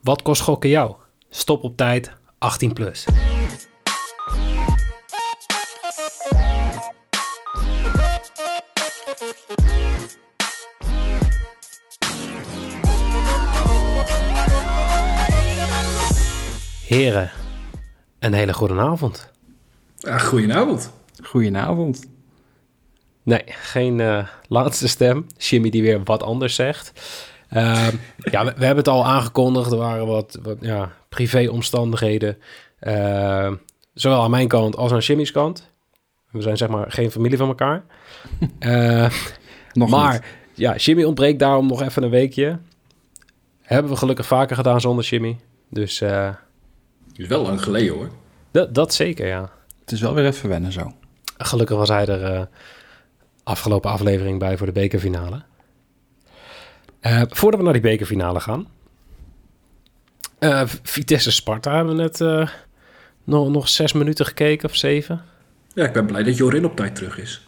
Wat kost gokken jou? Stop op tijd, 18 plus. Heren, een hele goede avond. Goedenavond. Goedenavond. Nee, geen laatste stem. Jimmy die weer wat anders zegt. We hebben het al aangekondigd. Er waren wat privéomstandigheden. Zowel aan mijn kant als aan Jimmy's kant. We zijn zeg maar geen familie van elkaar. Nog niet. Ja, Jimmy ontbreekt daarom nog even een weekje. Hebben we gelukkig vaker gedaan zonder Jimmy. Dus... Het is wel lang geleden hoor. Dat zeker, ja. Het is wel weer even wennen zo. Gelukkig was hij er afgelopen aflevering bij voor de bekerfinale. Voordat we naar die bekerfinale gaan. Vitesse-Sparta hebben we net nog 6 minuten gekeken of 7. Ja, ik ben blij dat Jorin op tijd terug is.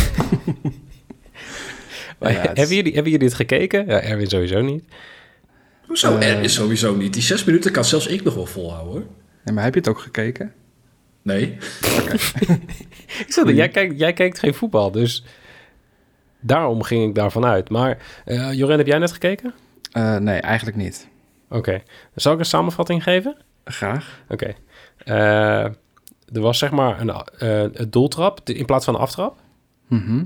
Hebben jullie dit gekeken? Ja, Erwin sowieso niet. Hoezo? Erwin sowieso niet. Die 6 minuten kan zelfs ik nog wel volhouden hoor. Ja, maar heb je het ook gekeken? Nee. Oké. Ik zeg dat, jij kijkt geen voetbal, dus daarom ging ik daarvan uit. Maar Jorin, heb jij net gekeken? Nee, eigenlijk niet. Oké. Zal ik een samenvatting geven? Graag. Oké. Er was zeg maar een doeltrap in plaats van een aftrap. Mhm.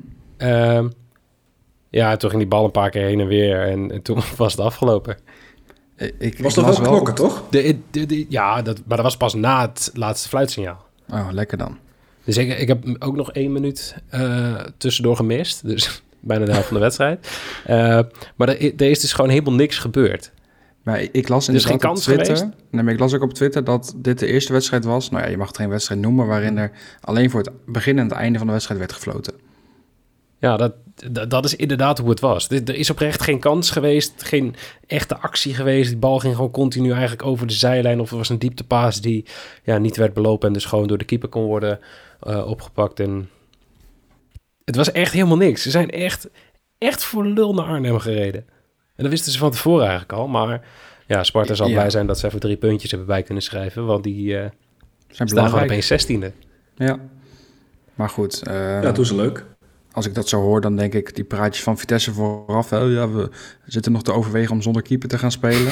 Toen ging die bal een paar keer heen en weer en toen was het afgelopen. Het was toch wel knokken, toch? Maar dat was pas na het laatste fluitsignaal. Oh, lekker dan. Dus ik heb ook nog 1 minuut tussendoor gemist. Dus bijna de helft van de wedstrijd. Maar er is dus gewoon helemaal niks gebeurd. Maar ik las Dus geen op kans Twitter. geweest? Nee, maar ik las ook op Twitter dat dit de eerste wedstrijd was. Nou ja, je mag het geen wedstrijd noemen, waarin er alleen voor het begin en het einde van de wedstrijd werd gefloten. Ja, dat is inderdaad hoe het was. Er is oprecht geen kans geweest, geen echte actie geweest. Die bal ging gewoon continu eigenlijk over de zijlijn. Of er was een dieptepaas die niet werd belopen en dus gewoon door de keeper kon worden opgepakt. En het was echt helemaal niks. Ze zijn echt voor lul naar Arnhem gereden. En dat wisten ze van tevoren eigenlijk al. Maar ja, Sparta zal blij zijn dat ze even 3 puntjes hebben bij kunnen schrijven. Want die Zijn staan gewoon belangrijk. opeens 16e. Ja. Maar goed. Ja, doen ze leuk. Als ik dat zo hoor, dan denk ik die praatjes van Vitesse vooraf. We zitten nog te overwegen om zonder keeper te gaan spelen.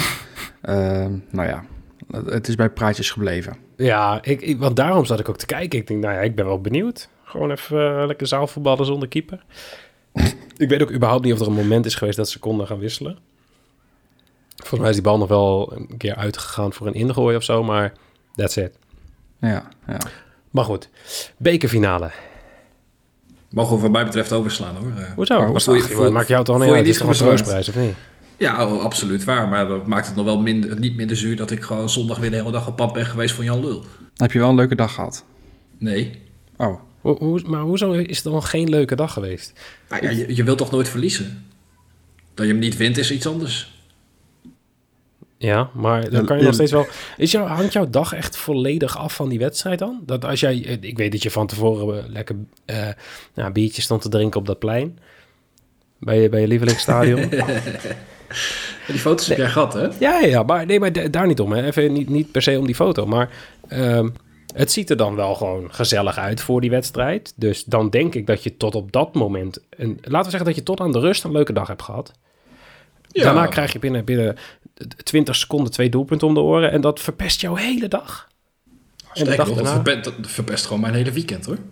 Het is bij praatjes gebleven. Ja, want daarom zat ik ook te kijken. Ik denk, ik ben wel benieuwd. Gewoon even lekker zaalvoetballen zonder keeper. Ik weet ook überhaupt niet of er een moment is geweest dat ze konden gaan wisselen. Volgens mij is die bal nog wel een keer uitgegaan voor een ingooi of zo, maar that's it. Ja. Maar goed, bekerfinale. Mogen we wat mij betreft overslaan hoor. Hoezo? Maakt jou toch niet voel je uit? Het niet is toch een bezwaard? troostprijs, of niet? Ja, absoluut waar. Maar dat maakt het nog wel niet minder zuur dat ik gewoon zondag weer de hele dag op pad ben geweest van Jan Lul. Heb je wel een leuke dag gehad? Nee. Oh. Maar hoezo is het dan geen leuke dag geweest? Nou ja, je wilt toch nooit verliezen? Dat je hem niet wint is iets anders. Ja, maar dan kan je nog steeds wel... Hangt jouw dag echt volledig af van die wedstrijd dan? Dat als jij... Ik weet dat je van tevoren lekker een biertje stond te drinken op dat plein. Bij je lievelingsstadion. Die foto's heb jij gehad, hè? Ja, maar daar niet om. Hè. Even niet per se om die foto. Maar het ziet er dan wel gewoon gezellig uit voor die wedstrijd. Dus dan denk ik dat je tot op dat moment... laten we zeggen dat je tot aan de rust een leuke dag hebt gehad. Ja. Daarna krijg je binnen 20 seconden 2 doelpunten om de oren. En dat verpest jouw hele dag. Sterker nog, dat verpest gewoon mijn hele weekend, hoor.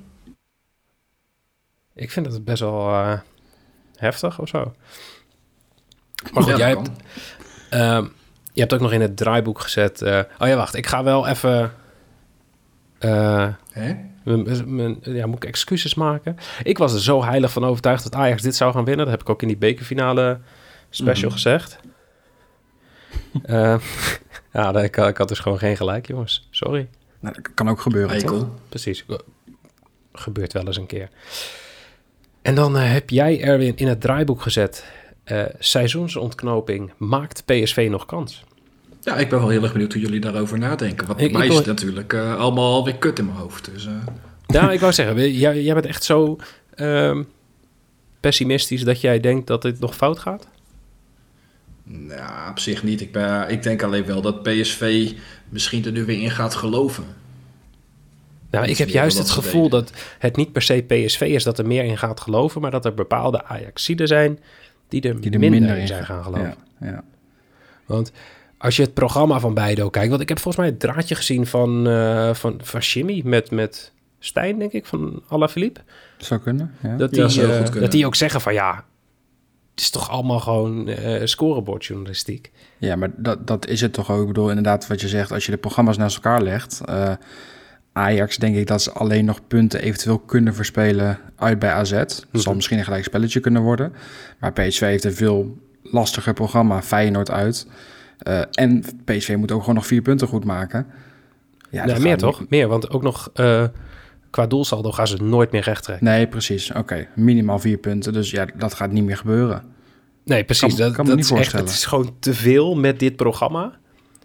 Ik vind het best wel heftig of zo. Maar goed, je hebt ook nog in het draaiboek gezet... wacht, ik ga wel even... moet ik excuses maken? Ik was er zo heilig van overtuigd dat Ajax dit zou gaan winnen. Dat heb ik ook in die bekerfinale special gezegd. Ik had dus gewoon geen gelijk, jongens. Sorry. Nou, dat kan ook gebeuren, toch? Precies. Gebeurt wel eens een keer. En dan heb jij, Erwin, in het draaiboek gezet... seizoensontknoping maakt PSV nog kans. Ja, ik ben wel heel erg benieuwd hoe jullie daarover nadenken. Want bij mij is het natuurlijk allemaal alweer kut in mijn hoofd. Dus, Ja, ik wou zeggen, jij bent echt zo pessimistisch dat jij denkt dat dit nog fout gaat? Nou, op zich niet. Ik denk alleen wel dat PSV misschien er nu weer in gaat geloven. Nou, ik heb juist het gevoel dat het niet per se PSV is dat er meer in gaat geloven, maar dat er bepaalde Ajaxiden zijn die er minder in zijn gaan geloven. Ja. Want als je het programma van beide ook kijkt, want ik heb volgens mij het draadje gezien van Jimmy met Stijn, denk ik, van Alaphilippe. Zou kunnen, ja. Dat die ook zeggen van ja, het is toch allemaal gewoon scorebordjournalistiek. Ja, maar dat is het toch ook. Ik bedoel, inderdaad, wat je zegt, als je de programma's naast elkaar legt. Ajax, denk ik dat ze alleen nog punten eventueel kunnen verspelen uit bij AZ. Dat zal misschien een gelijk spelletje kunnen worden. Maar PSV heeft een veel lastiger programma, Feyenoord uit. En PSV moet ook gewoon nog 4 punten goed maken. Ja, nee, meer toch? Meer, want ook nog qua doelsaldo gaan ze nooit meer recht trekken. Nee, precies. Oké, minimaal 4 punten. Dus ja, dat gaat niet meer gebeuren. Nee, precies. Kan me niet voorstellen. Het is gewoon te veel met dit programma.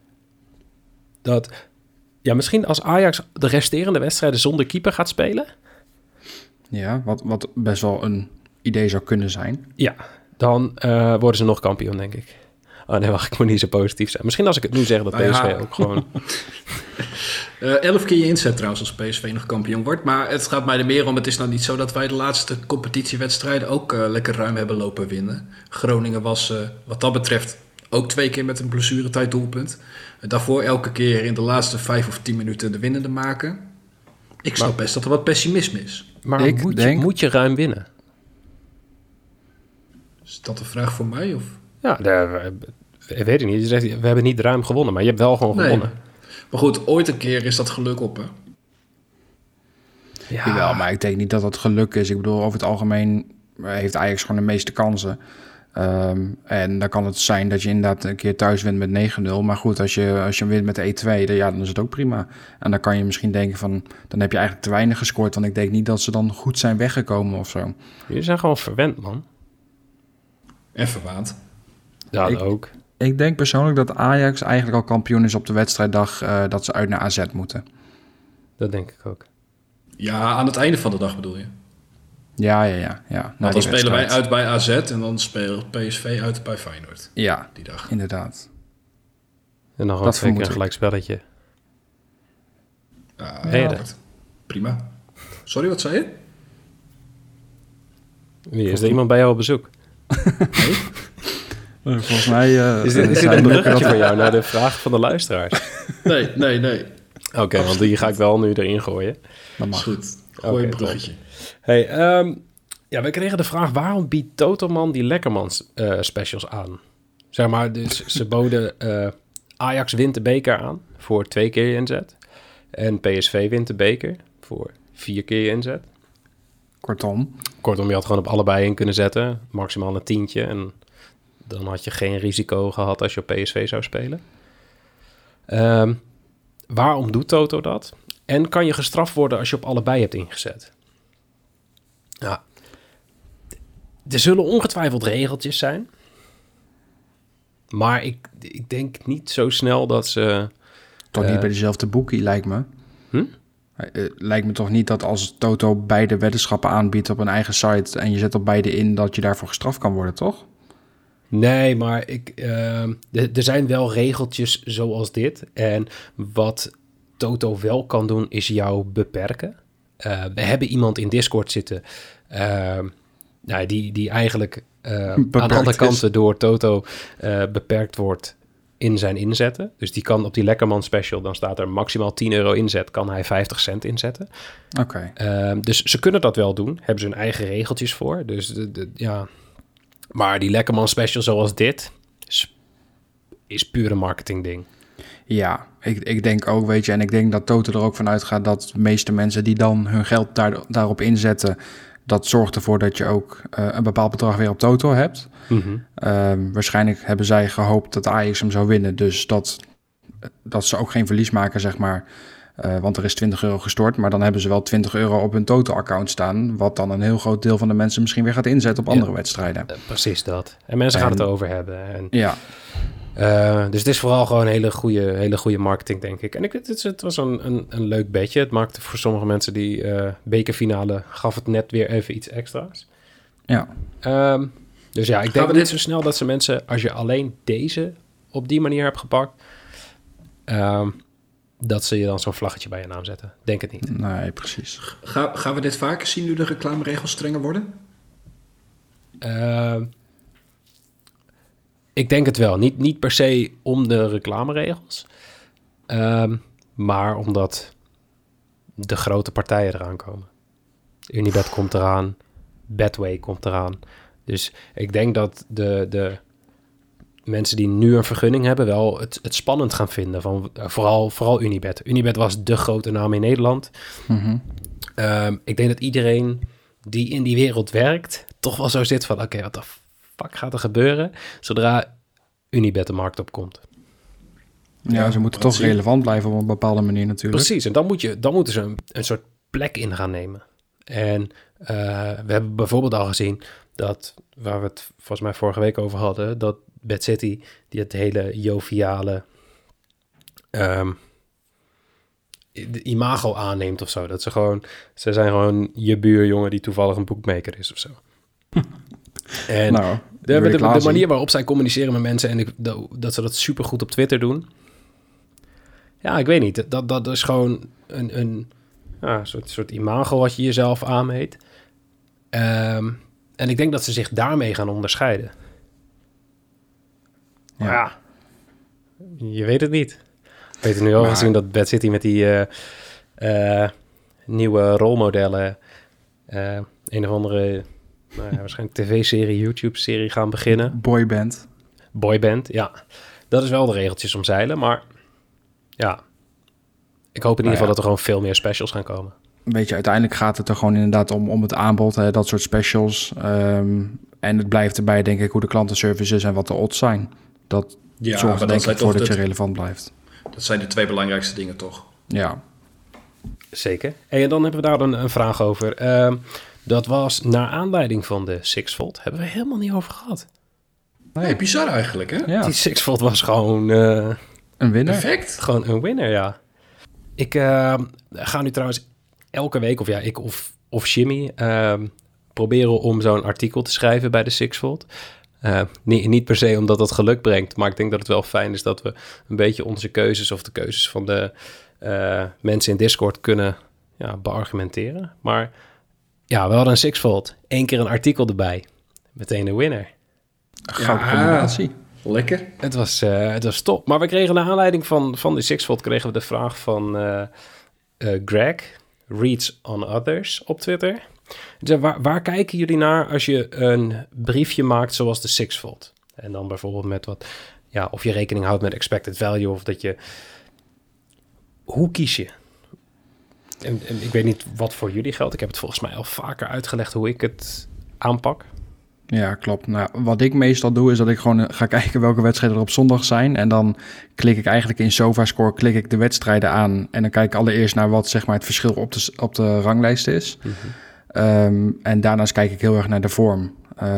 Ja, misschien als Ajax de resterende wedstrijden zonder keeper gaat spelen. Ja, wat best wel een idee zou kunnen zijn. Ja, dan worden ze nog kampioen, denk ik. Oh nee, wacht, ik moet niet zo positief zijn. Misschien als ik het nu zeg dat PSV ook gewoon... 11 keer je inzet trouwens als PSV nog kampioen wordt. Maar het gaat mij er meer om. Het is nou niet zo dat wij de laatste competitiewedstrijden ook lekker ruim hebben lopen winnen. Groningen was wat dat betreft ook 2 keer met een blessuretijd doelpunt. Daarvoor elke keer in de laatste 5 of 10 minuten de winnende maken. Ik snap best dat er wat pessimisme is. Maar moet je ruim winnen? Is dat een vraag voor mij? Of? Ja, weet ik niet. Je zegt, we hebben niet ruim gewonnen, maar je hebt wel gewoon gewonnen. Maar goed, ooit een keer is dat geluk op, hè? Ja. Jawel, maar ik denk niet dat dat geluk is. Ik bedoel, over het algemeen heeft Ajax gewoon de meeste kansen. En dan kan het zijn dat je inderdaad een keer thuis wint met 9-0. Maar goed, als je wint met 1-2, dan is het ook prima. En dan kan je misschien denken van, dan heb je eigenlijk te weinig gescoord. Want ik denk niet dat ze dan goed zijn weggekomen of zo. Jullie zijn gewoon verwend, man. En verwaand. Ja, ook. Ik denk persoonlijk dat Ajax eigenlijk al kampioen is op de wedstrijddag dat ze uit naar AZ moeten. Dat denk ik ook. Ja, aan het einde van de dag bedoel je? Ja. Nou, dan spelen wij uit bij AZ en dan speelt PSV uit bij Feyenoord. Ja, die dag. Inderdaad. En dan gewoon 2 keer een gelijk spelletje. Prima. Sorry, wat zei je? Wie is er iemand bij jou op bezoek? Nee? Volgens mij... is dit een bruggetje voor jou naar de vraag van de luisteraars? Nee. Oké, want die ga ik wel nu erin gooien. Dat mag. Goed, gooi een bruggetje. Hey, we kregen de vraag, waarom biedt Totoman die Lekkermans specials aan? Zeg maar, dus ze boden Ajax wint de beker aan voor 2 keer je inzet. En PSV wint de beker voor 4 keer je inzet. Kortom, je had gewoon op allebei in kunnen zetten. Maximaal een 10. En dan had je geen risico gehad als je op PSV zou spelen. Waarom doet Toto dat? En kan je gestraft worden als je op allebei hebt ingezet? Ja. Er zullen ongetwijfeld regeltjes zijn. Maar ik denk niet zo snel dat ze... Toch niet bij dezelfde boekie, lijkt me. Lijkt me toch niet dat als Toto beide weddenschappen aanbiedt op een eigen site... en je zet op beide in, dat je daarvoor gestraft kan worden, toch? Nee, maar er zijn wel regeltjes zoals dit. En wat Toto wel kan doen, is jou beperken. We hebben iemand in Discord zitten... die eigenlijk aan alle kanten door Toto beperkt wordt in zijn inzetten. Dus die kan op die Lekkerman special, dan staat er maximaal €10 inzet, kan hij 50 cent inzetten. Oké. Dus ze kunnen dat wel doen. Hebben ze hun eigen regeltjes voor. Dus ja. Maar die Lekkerman special zoals dit is pure marketing ding. Ja, ik denk ook, weet je, en ik denk dat Toto er ook van uitgaat dat de meeste mensen die dan hun geld daarop inzetten, dat zorgt ervoor dat je ook een bepaald bedrag weer op Toto hebt. Mm-hmm. Waarschijnlijk hebben zij gehoopt dat Ajax hem zou winnen, dus dat ze ook geen verlies maken, zeg maar. Want er is €20 gestort, maar dan hebben ze wel €20 op hun Toto-account staan, wat dan een heel groot deel van de mensen misschien weer gaat inzetten op andere wedstrijden. Precies dat. En mensen gaan het erover hebben. En, ja. Dus het is vooral gewoon hele goede marketing, denk ik. En het was een leuk bedje. Het maakte voor sommige mensen die bekerfinale gaf het net weer even iets extra's. Ja. Dus ja, ik denk niet zo snel dat ze mensen... Als je alleen deze op die manier hebt gepakt... dat ze je dan zo'n vlaggetje bij je naam zetten. Denk het niet. Nee, precies. Gaan we dit vaker zien nu de reclameregels strenger worden? Ik denk het wel. Niet per se om de reclameregels. Maar omdat de grote partijen eraan komen. Unibet komt eraan. Betway komt eraan. Dus ik denk dat de mensen die nu een vergunning hebben... wel het spannend gaan vinden. Van, vooral Unibet. Unibet was de grote naam in Nederland. Mm-hmm. Ik denk dat iedereen die in die wereld werkt... toch wel zo zit van... oké, wat de fuck gaat er gebeuren... zodra Unibet de markt opkomt. Ja, ze moeten toch relevant blijven op een bepaalde manier natuurlijk. Precies, en dan moeten ze een soort plek in gaan nemen. En we hebben bijvoorbeeld al gezien dat, waar we het volgens mij vorige week over hadden, dat Bad City, die het hele joviale de imago aanneemt of zo. Dat ze zijn gewoon je buurjongen die toevallig een boekmaker is of zo. En de manier waarop zij communiceren met mensen en dat ze dat supergoed op Twitter doen. Ja, ik weet niet. Dat is gewoon een soort imago wat je jezelf aanmeet. En ik denk dat ze zich daarmee gaan onderscheiden. Ja. Je weet het niet. Ik weet het nu al gezien dat Bad City met die nieuwe rolmodellen een of andere waarschijnlijk tv-serie, YouTube-serie gaan beginnen. Boyband, ja. Dat is wel de regeltjes omzeilen, maar ja. Ik hoop in ieder geval dat er gewoon veel meer specials gaan komen. Weet je, uiteindelijk gaat het er gewoon inderdaad om het aanbod, dat soort specials. En het blijft erbij, denk ik, hoe de klantenservice is en wat de odds zijn. Dat zorgt er denk ik voor dat je relevant blijft. Dat zijn de twee belangrijkste dingen, toch? Ja. Zeker. En dan hebben we daar een vraag over. Dat was naar aanleiding van de Sixfold. Hebben we helemaal niet over gehad. Nee, bizar eigenlijk, hè? Ja. Die Sixfold was gewoon... een winnaar. Perfect. Gewoon een winnaar, ja. Ik ga nu trouwens elke week, ik of Jimmy, proberen om zo'n artikel te schrijven bij de Sixfold. Niet per se omdat dat geluk brengt, maar ik denk dat het wel fijn is dat we een beetje onze keuzes of de keuzes van de mensen in Discord kunnen beargumenteren. Maar ja, we hadden een Sixfold. 1 keer een artikel erbij. Meteen een winnair. Gouden combinatie. Lekker. Het was top. Maar we kregen naar aanleiding van de Sixfold kregen we de vraag van Greg, Reads on Others op Twitter. Dus waar kijken jullie naar als je een briefje maakt zoals de Sixfold? En dan bijvoorbeeld met of je rekening houdt met expected value of dat je... Hoe kies je? En ik weet niet wat voor jullie geldt. Ik heb het volgens mij al vaker uitgelegd hoe ik het aanpak. Ja, klopt. Nou, wat ik meestal doe, is dat ik gewoon ga kijken welke wedstrijden er op zondag zijn. En dan klik ik eigenlijk in SofaScore de wedstrijden aan. En dan kijk ik allereerst naar wat zeg maar het verschil op de ranglijst is. Mm-hmm. En daarnaast kijk ik heel erg naar de vorm.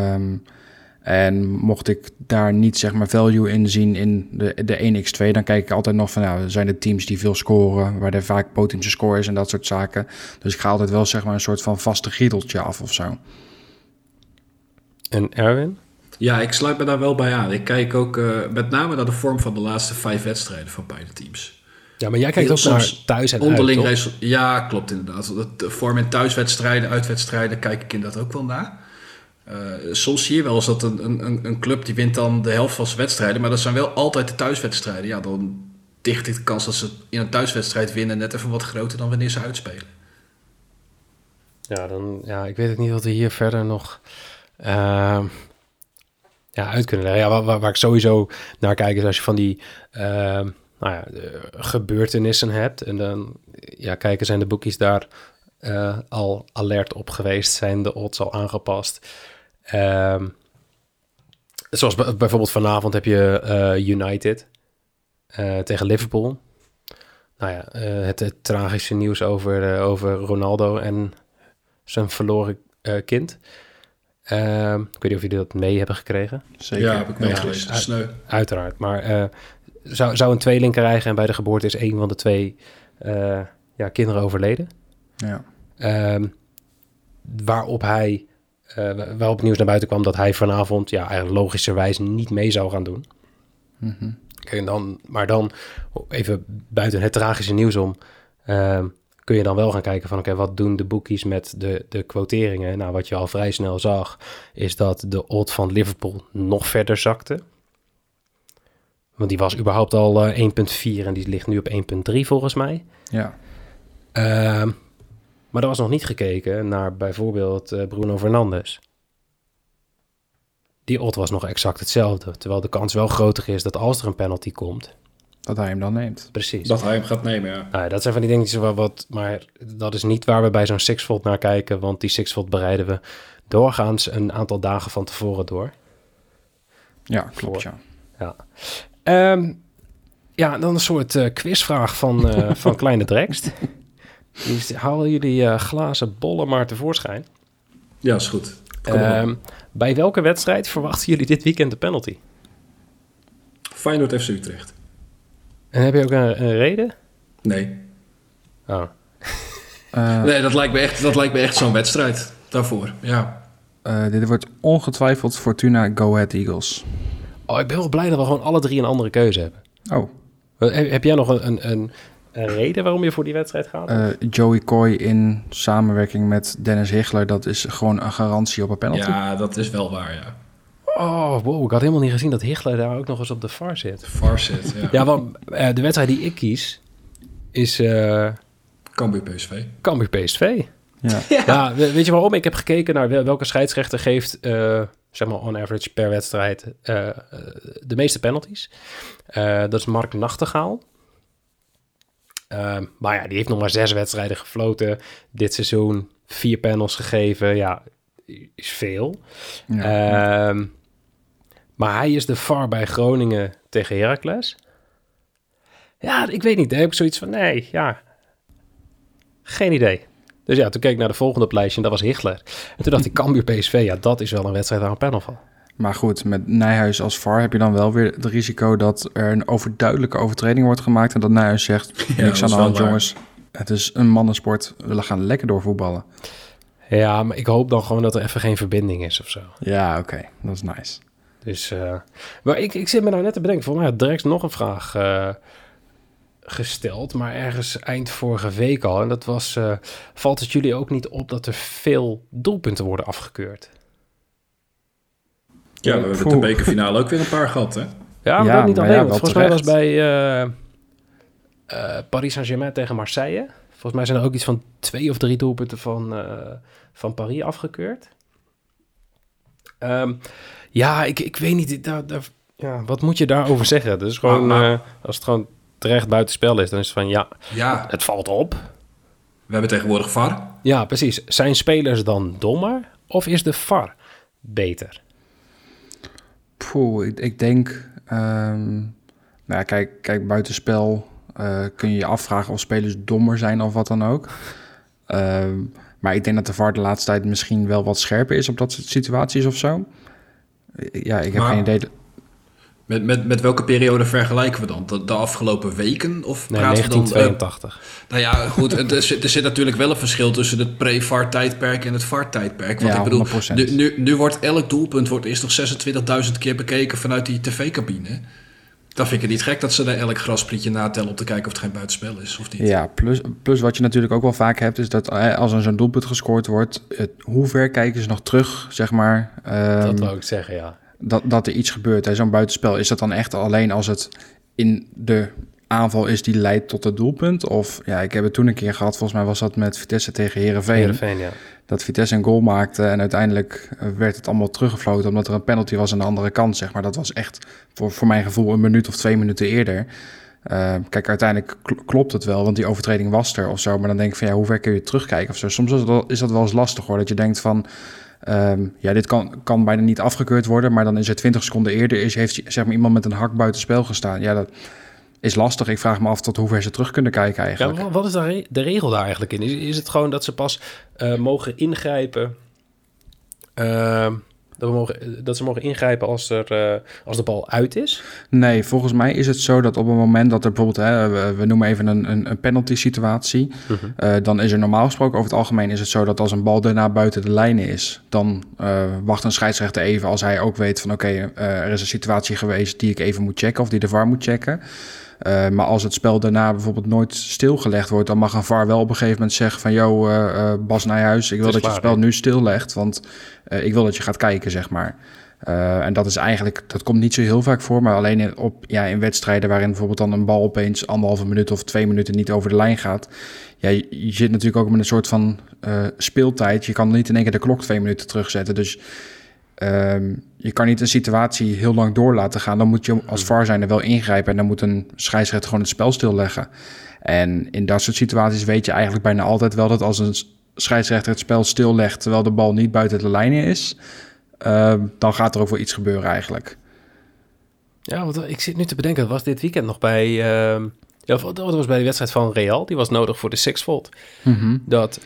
En mocht ik daar niet zeg maar value in zien in de 1x2... dan kijk ik altijd nog van, zijn er teams die veel scoren... waar er vaak potential score is en dat soort zaken. Dus ik ga altijd wel zeg maar een soort van vaste griedeltje af of zo. En Erwin? Ja, ik sluit me daar wel bij aan. Ik kijk ook met name naar de vorm van de laatste 5 wedstrijden van beide teams. Ja, maar jij kijkt ook naar thuis en onderling uit, toch? Ja, klopt inderdaad. De vorm in thuiswedstrijden, uitwedstrijden kijk ik inderdaad ook wel naar. Soms zie je wel eens dat een club die wint dan de helft van zijn wedstrijden, maar dat zijn wel altijd de thuiswedstrijden. Ja, dan dicht de kans dat ze in een thuiswedstrijd winnen net even wat groter dan wanneer ze uitspelen. Ja, ik weet het niet wat we hier verder nog uit kunnen leggen. Ja, waar ik sowieso naar kijk is als je van die gebeurtenissen hebt. En dan kijken, zijn de boekies daar al alert op geweest? Zijn de odds al aangepast? Zoals bijvoorbeeld vanavond heb je United tegen Liverpool. Het tragische nieuws over Ronaldo en zijn verloren kind. Ik weet niet of jullie dat mee hebben gekregen. Zeker. Ja, heb ik meegelezen. Sneu. Uiteraard. Maar zou een tweeling krijgen en bij de geboorte is een van de twee kinderen overleden. Ja. Waarop hij waarop nieuws naar buiten kwam dat hij vanavond eigenlijk logischerwijs niet mee zou gaan doen. Mhm. Kijk, maar dan even buiten het tragische nieuws om, kun je dan wel gaan kijken van oké, wat doen de bookies met de quoteringen? Nou, wat je al vrij snel zag, is dat de odd van Liverpool nog verder zakte. Want die was überhaupt al 1,4 en die ligt nu op 1,3 volgens mij. Ja. Maar er was nog niet gekeken naar bijvoorbeeld Bruno Fernandes. Die odd was nog exact hetzelfde. Terwijl de kans wel groter is dat als er een penalty komt... Dat hij hem dan neemt. Precies. Dat hij hem gaat nemen, ja. Nou, dat zijn van die dingetjes maar dat is niet waar we bij zo'n Sixfold naar kijken. Want die Sixfold bereiden we doorgaans een aantal dagen van tevoren door. Ja, klopt, ja. Dan een soort quizvraag van Kleine Drekst. Halen jullie glazen bollen maar tevoorschijn? Ja, is goed. Kom maar op. Bij welke wedstrijd verwachten jullie dit weekend de penalty? Feyenoord FC Utrecht. En heb je ook een reden? Nee. Oh. Nee, dat lijkt me echt zo'n wedstrijd daarvoor, ja. Dit wordt ongetwijfeld Fortuna Go Ahead Eagles. Oh, ik ben wel blij dat we gewoon alle drie een andere keuze hebben. Oh. Heb jij nog een reden waarom je voor die wedstrijd gaat? Joey Coy in samenwerking met Dennis Hichler, dat is gewoon een garantie op een penalty. Ja, dat is wel waar, ja. Oh, wow, ik had helemaal niet gezien dat Hichler daar ook nog eens op de VAR zit. VAR zit, ja. Ja, want de wedstrijd die ik kies is Cambuur PSV. Cambuur PSV. Ja. Ja, weet je waarom? Ik heb gekeken naar welke scheidsrechter geeft, zeg maar on average per wedstrijd, de meeste penalties. Dat is Mark Nachtegaal. Maar ja, die heeft nog maar 6 wedstrijden gefloten dit seizoen. 4 panels gegeven, ja, is veel. Ja. Maar hij is de VAR bij Groningen tegen Heracles. Ja, ik weet niet. Daar heb ik zoiets van, nee, ja, geen idee. Dus ja, toen keek ik naar de volgende op lijstje en dat was Hichler. En toen dacht ik, Cambuur PSV, ja, dat is wel een wedstrijd waar een panel van. Maar goed, met Nijhuis als VAR heb je dan wel weer het risico dat er een overduidelijke overtreding wordt gemaakt en dat Nijhuis zegt, niks aan de hand jongens, het is een mannensport, we gaan lekker doorvoetballen. Ja, maar ik hoop dan gewoon dat er even geen verbinding is of zo. Ja, oké, dat is nice. Dus, maar ik zit me nou net te bedenken, voor mij had Drex nog een vraag gesteld, maar ergens eind vorige week al. En dat was, valt het jullie ook niet op dat er veel doelpunten worden afgekeurd? Ja, we hebben de bekerfinale ook weer een paar gehad, hè? Ja, maar dat niet alleen. Ja, volgens mij was bij Paris Saint-Germain tegen Marseille. Volgens mij zijn er ook iets van 2 of 3 doelpunten van Paris afgekeurd. Ja, ik weet niet. Ja, wat moet je daarover zeggen? Dus gewoon, als het gewoon terecht buitenspel is, dan is het van ja, het valt op. We hebben tegenwoordig VAR. Ja, precies. Zijn spelers dan dommer of is de VAR beter? Ik denk, nou, kijk, buitenspel kun je je afvragen of spelers dommer zijn of wat dan ook. Maar ik denk dat de VAR de laatste tijd misschien wel wat scherper is op dat soort situaties of zo. Ja, ik heb geen idee. Met welke periode vergelijken we dan? De afgelopen weken? Of nee, praten 1982. We dan, nou ja, goed, er zit natuurlijk wel een verschil tussen het pre-VAR-tijdperk en het VAR-tijdperk. Want ja, ik bedoel, 100%. nu wordt elk doelpunt eerst nog 26.000 keer bekeken vanuit die tv-cabine. Dan vind ik het niet gek dat ze daar elk grasprietje natellen om te kijken of het geen buitenspel is of niet. Ja, plus wat je natuurlijk ook wel vaak hebt, is dat als er zo'n doelpunt gescoord wordt, hoe ver kijken ze nog terug, zeg maar. Dat wou ik zeggen, ja. Dat er iets gebeurt. Zo'n buitenspel, is dat dan echt alleen als het in de aanval is die leidt tot het doelpunt? Of ja, ik heb het toen een keer gehad, volgens mij was dat met Vitesse tegen Heerenveen. Ja. Dat Vitesse een goal maakte en uiteindelijk werd het allemaal teruggefloten omdat er een penalty was aan de andere kant, zeg maar. Dat was echt voor mijn gevoel 1 minuut of 2 minuten eerder. Kijk, uiteindelijk klopt het wel, want die overtreding was er of zo. Maar dan denk ik van ja, hoe ver kun je terugkijken of zo? Soms is dat wel eens lastig hoor, dat je denkt van ja, dit kan bijna niet afgekeurd worden, maar dan is het 20 seconden eerder, heeft zeg maar iemand met een hak buiten spel gestaan. Ja, dat is lastig. Ik vraag me af tot hoe ver ze terug kunnen kijken eigenlijk. Ja, wat is daar de regel daar eigenlijk in? Is het gewoon dat ze pas mogen ingrijpen Dat ze mogen ingrijpen als de bal uit is? Nee, volgens mij is het zo dat op het moment dat er bijvoorbeeld... we noemen even een penalty situatie. Dan is er normaal gesproken over het algemeen is het zo dat als een bal daarna buiten de lijnen is... dan wacht een scheidsrechter even als hij ook weet van... oké, er is een situatie geweest die ik even moet checken of die de VAR moet checken... maar als het spel daarna bijvoorbeeld nooit stilgelegd wordt... dan mag een VAR wel op een gegeven moment zeggen van... Bas Nijhuis, ik wil dat je het spel nu stillegt... want ik wil dat je gaat kijken, zeg maar. En dat is eigenlijk, dat komt niet zo heel vaak voor... maar alleen in wedstrijden waarin bijvoorbeeld dan een bal opeens... 1,5 minuut of 2 minuten niet over de lijn gaat... Ja, je zit natuurlijk ook met een soort van speeltijd. Je kan niet in één keer de klok 2 minuten terugzetten. Dus je kan niet een situatie heel lang door laten gaan. Dan moet je als VAR zijnde wel ingrijpen... en dan moet een scheidsrechter gewoon het spel stilleggen. En in dat soort situaties weet je eigenlijk bijna altijd wel... dat als een scheidsrechter het spel stillegt... terwijl de bal niet buiten de lijnen is... dan gaat er ook wel iets gebeuren eigenlijk. Ja, want ik zit nu te bedenken... dat was dit weekend nog bij... dat was bij de wedstrijd van Real. Die was nodig voor de Sixfold. Dat...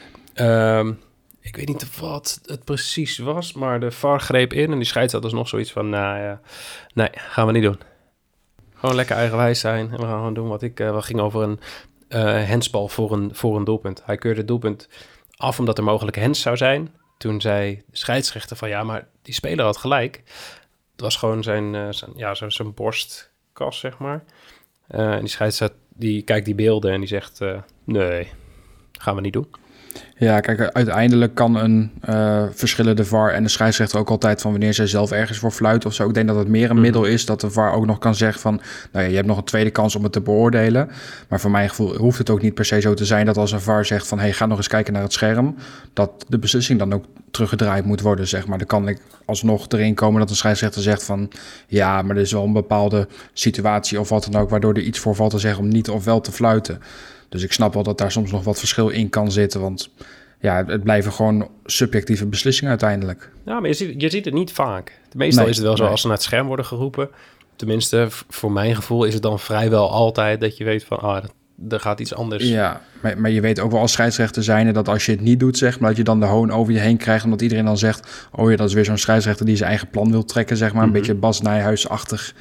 ik weet niet wat het precies was, maar de VAR greep in... en die scheidsrechter dus nog zoiets van... nee, gaan we niet doen. Gewoon lekker eigenwijs zijn. En we gaan gewoon doen wat ging over een handsbal voor een doelpunt. Hij keurde het doelpunt af omdat er mogelijk hands zou zijn. Toen zei de scheidsrechter van... ja, maar die speler had gelijk. Het was gewoon zijn borstkas, zeg maar. En die scheidsrechter die kijkt die beelden en die zegt... nee, gaan we niet doen. Ja, kijk, uiteindelijk kan een verschillende VAR en de scheidsrechter ook altijd... van wanneer zij zelf ergens voor fluiten of zo. Ik denk dat het meer een middel is dat de VAR ook nog kan zeggen van... nou ja, je hebt nog een tweede kans om het te beoordelen. Maar voor mijn gevoel hoeft het ook niet per se zo te zijn... dat als een VAR zegt van, ga nog eens kijken naar het scherm... dat de beslissing dan ook teruggedraaid moet worden, zeg maar. Dan kan ik alsnog erin komen dat een scheidsrechter zegt van... ja, maar er is wel een bepaalde situatie of wat dan ook... waardoor er iets voor valt te zeggen om niet of wel te fluiten... Dus ik snap wel dat daar soms nog wat verschil in kan zitten. Want ja, het blijven gewoon subjectieve beslissingen uiteindelijk. Ja, maar je ziet het niet vaak. Meestal is het wel zo als ze naar het scherm worden geroepen. Tenminste, voor mijn gevoel is het dan vrijwel altijd dat je weet van... er gaat iets anders. Ja, maar je weet ook wel als scheidsrechter zijnde dat als je het niet doet, zeg maar... dat je dan de hoon over je heen krijgt. Omdat iedereen dan zegt... oh ja, dat is weer zo'n scheidsrechter die zijn eigen plan wil trekken, zeg maar. Een beetje Bas Nijhuis-achtig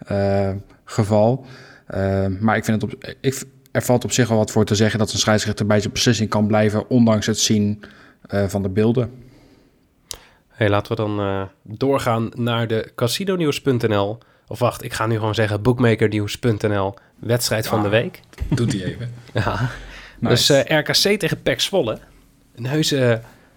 geval. Maar ik vind het er valt op zich wel wat voor te zeggen... dat een scheidsrechter bij zijn beslissing kan blijven... ondanks het zien van de beelden. Hey, laten we dan doorgaan naar de casinonews.nl. Of wacht, ik ga nu gewoon zeggen bookmakernews.nl. Wedstrijd van de week. Doet hij even. Ja. Nice. Dus RKC tegen PEC Zwolle. Een heuse,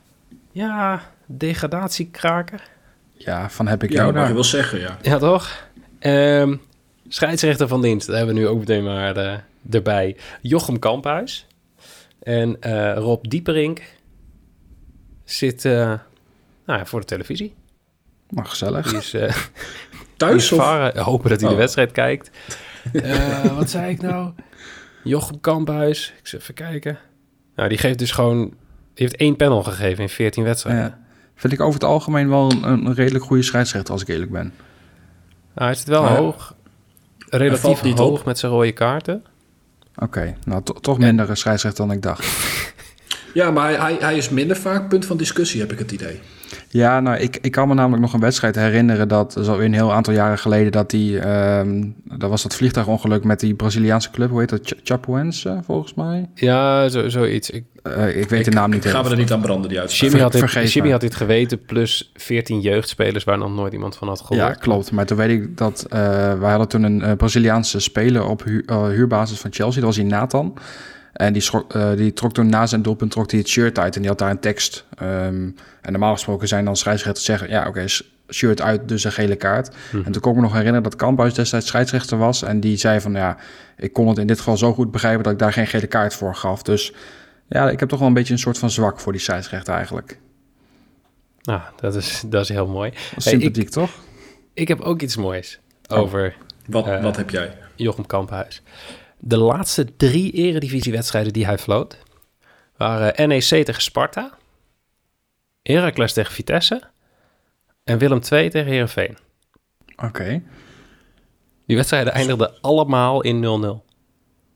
degradatiekraker. Ja, van heb ik Ja, jou dat mag daar. je wel zeggen, ja. Ja, toch? Scheidsrechter van dienst. Daar hebben we nu ook meteen maar erbij. Jochem Kamphuis. En Rob Dieperink zit voor de televisie. Maar gezellig. Die is Thuis of? hopen dat hij de wedstrijd kijkt. Wat zei ik nou? Jochem Kamphuis. Ik zal even kijken. Nou, die geeft dus gewoon... Die heeft 1 panel gegeven in 14 wedstrijden. Vind ik over het algemeen wel een redelijk goede scheidsrechter, als ik eerlijk ben. Hij zit wel hoog. Relatief niet hoog op. met zijn rode kaarten. Oké, nou toch minder een scheidsrechter dan ik dacht. Ja, maar hij is minder vaak punt van discussie, heb ik het idee. Ja, nou, ik kan me namelijk nog een wedstrijd herinneren... dat is alweer een heel aantal jaren geleden... dat was dat vliegtuigongeluk met die Braziliaanse club. Hoe heet dat? Chapecoense, volgens mij? Ja, zoiets. Ik weet de naam niet. Gaan we er niet aan branden, die uitspraak. Jimmy had dit geweten, plus 14 jeugdspelers... waar nog nooit iemand van had gehoord. Ja, klopt. Maar toen weet ik dat... wij hadden toen een Braziliaanse speler op huurbasis van Chelsea. Dat was die Nathan. En die trok toen na zijn doelpunt trok hij het shirt uit en die had daar een tekst. En normaal gesproken zijn dan scheidsrechters zeggen... ja, oké, shirt uit, dus een gele kaart. En toen kon ik me nog herinneren dat Kamphuis destijds scheidsrechter was... en die zei van, ja, ik kon het in dit geval zo goed begrijpen... dat ik daar geen gele kaart voor gaf. Dus ja, ik heb toch wel een beetje een soort van zwak voor die scheidsrechter eigenlijk. Nou, dat is heel mooi. Sympathiek, toch? Ik heb ook iets moois over... Wat heb jij? Jochem Kamphuis. De laatste 3 eredivisiewedstrijden die hij floot... waren NEC tegen Sparta... Heracles tegen Vitesse... en Willem II tegen Heerenveen. Oké. Die wedstrijden eindigden allemaal in 0-0.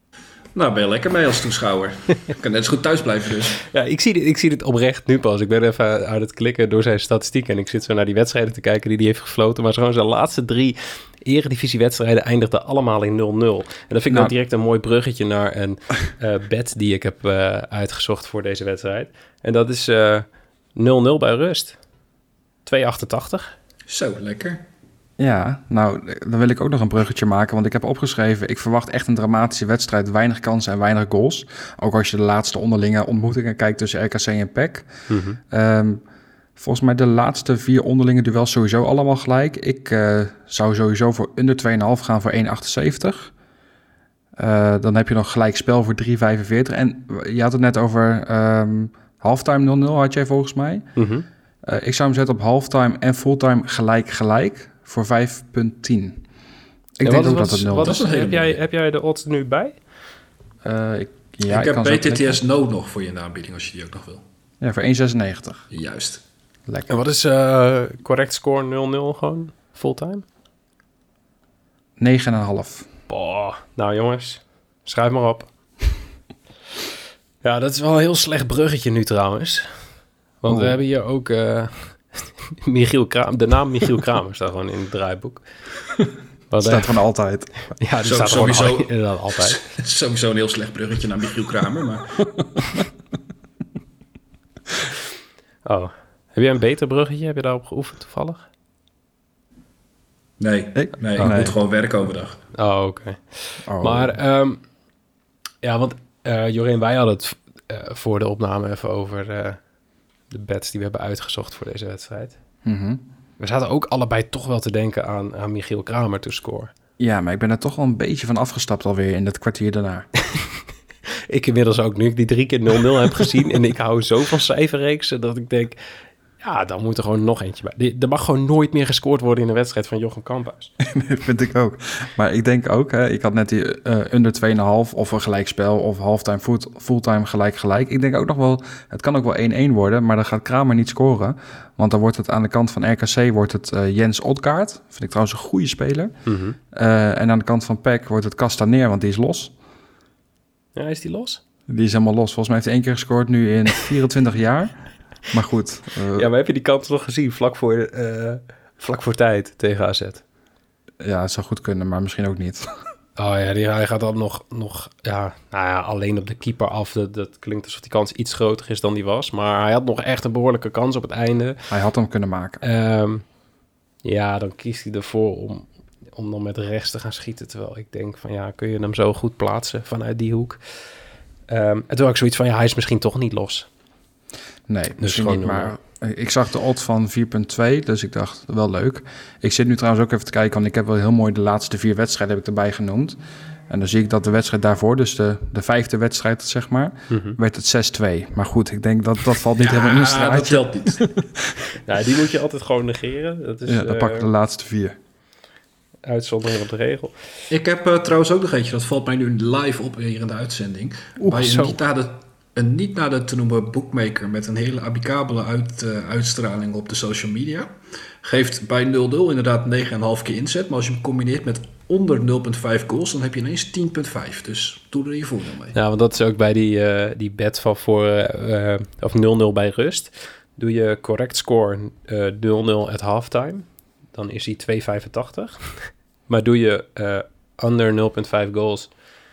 Nou, ben je lekker mee als toeschouwer. Je kan net zo goed thuis blijven dus. Ja, ik zie dit oprecht nu pas. Ik ben even aan het klikken door zijn statistieken en ik zit zo naar die wedstrijden te kijken die hij heeft gefloten. Maar gewoon zijn laatste 3 eredivisiewedstrijden eindigden allemaal in 0-0. En dat vind ik nou direct een mooi bruggetje naar een bet die ik heb uitgezocht voor deze wedstrijd. En dat is 0-0 bij rust. 2,88. Zo, lekker. Ja, nou, dan wil ik ook nog een bruggetje maken, want ik heb opgeschreven, ik verwacht echt een dramatische wedstrijd, weinig kansen en weinig goals. Ook als je de laatste onderlinge ontmoetingen kijkt tussen RKC en PEC. Volgens mij de laatste 4 onderlinge duels sowieso allemaal gelijk. Ik zou sowieso voor onder 2,5 gaan voor 1,78. Dan heb je nog gelijk spel voor 3,45. En je had het net over halftime 0-0 had jij volgens mij. Ik zou hem zetten op halftime en fulltime gelijk voor 5,10. Ik denk ook dat het 0 is. Heb jij de odds nu bij? Ik heb BTTS No nog voor je in de aanbieding, als je die ook nog wil. Ja, voor 1,96. Juist. Lekker. En wat is correct score 0-0 gewoon? Fulltime? 9,5. Boah, nou jongens, schrijf maar op. Ja, dat is wel een heel slecht bruggetje nu trouwens. Want we hebben hier ook Michiel Kramer. De naam Michiel Kramer staat gewoon in het draaiboek. Dat staat van altijd. Ja, die staat sowieso inderdaad altijd. Sowieso een heel slecht bruggetje naar Michiel Kramer, maar... Oh, heb jij een beter bruggetje? Heb je daarop geoefend toevallig? Nee, ik moet gewoon werken overdag. Oh, oké. Oh. Maar, ja, want Jorien, wij hadden het voor de opname even over de bets die we hebben uitgezocht voor deze wedstrijd. We zaten ook allebei toch wel te denken aan Michiel Kramer te scoren. Ja, maar ik ben er toch wel een beetje van afgestapt alweer in dat kwartier daarna. Ik inmiddels ook, nu ik die 3 keer 0-0 heb gezien en ik hou zo van cijferreeksen dat ik denk, ja, dan moet er gewoon nog eentje bij. Er mag gewoon nooit meer gescoord worden in een wedstrijd van Jochem Kamphuis. Dat vind ik ook. Maar ik denk ook, ik had net die onder 2,5 of een gelijkspel of halftime, fulltime gelijk. Ik denk ook nog wel, het kan ook wel 1-1 worden, maar dan gaat Kramer niet scoren. Want dan wordt het aan de kant van RKC wordt het Jens Odgaard. Vind ik trouwens een goede speler. En aan de kant van PEC wordt het Castaneer, want die is los. Ja, is die los? Die is helemaal los. Volgens mij heeft hij 1 keer gescoord nu in 24 jaar. Maar goed. Ja, maar heb je die kans nog gezien vlak voor tijd tegen AZ? Ja, het zou goed kunnen, maar misschien ook niet. Oh ja, hij gaat dan nog ja, nou ja, alleen op de keeper af. Dat klinkt alsof die kans iets groter is dan die was. Maar hij had nog echt een behoorlijke kans op het einde. Hij had hem kunnen maken. Ja, dan kiest hij ervoor om dan met rechts te gaan schieten. Terwijl ik denk van ja, kun je hem zo goed plaatsen vanuit die hoek? En toen had ik zoiets van ja, hij is misschien toch niet los. Nee, dus misschien niet, maar ik zag de odd van 4,2, dus ik dacht, wel leuk. Ik zit nu trouwens ook even te kijken, want ik heb wel heel mooi de laatste 4 wedstrijden heb ik erbij genoemd. En dan zie ik dat de wedstrijd daarvoor, dus de 5e wedstrijd, zeg maar, werd het 6-2. Maar goed, ik denk dat valt niet helemaal in een straatje. Dat telt niet. Nou, die moet je altijd gewoon negeren. Dat is, ja, dan pak ik de laatste 4. Uitzondering op de regel. Ik heb trouwens ook nog eentje, dat valt mij nu live op hier in de uitzending. Waar je niet nader te noemen bookmaker met een hele amicabele uitstraling op de social media geeft bij 0-0 inderdaad 9,5 keer inzet. Maar als je hem combineert met onder 0,5 goals, dan heb je ineens 10,5. Dus doe er je voordeel mee. Ja, want dat is ook bij die bet van of 0-0 bij rust. Doe je correct score 0-0 at halftime, dan is hij 2,85. Maar doe je under 0,5 goals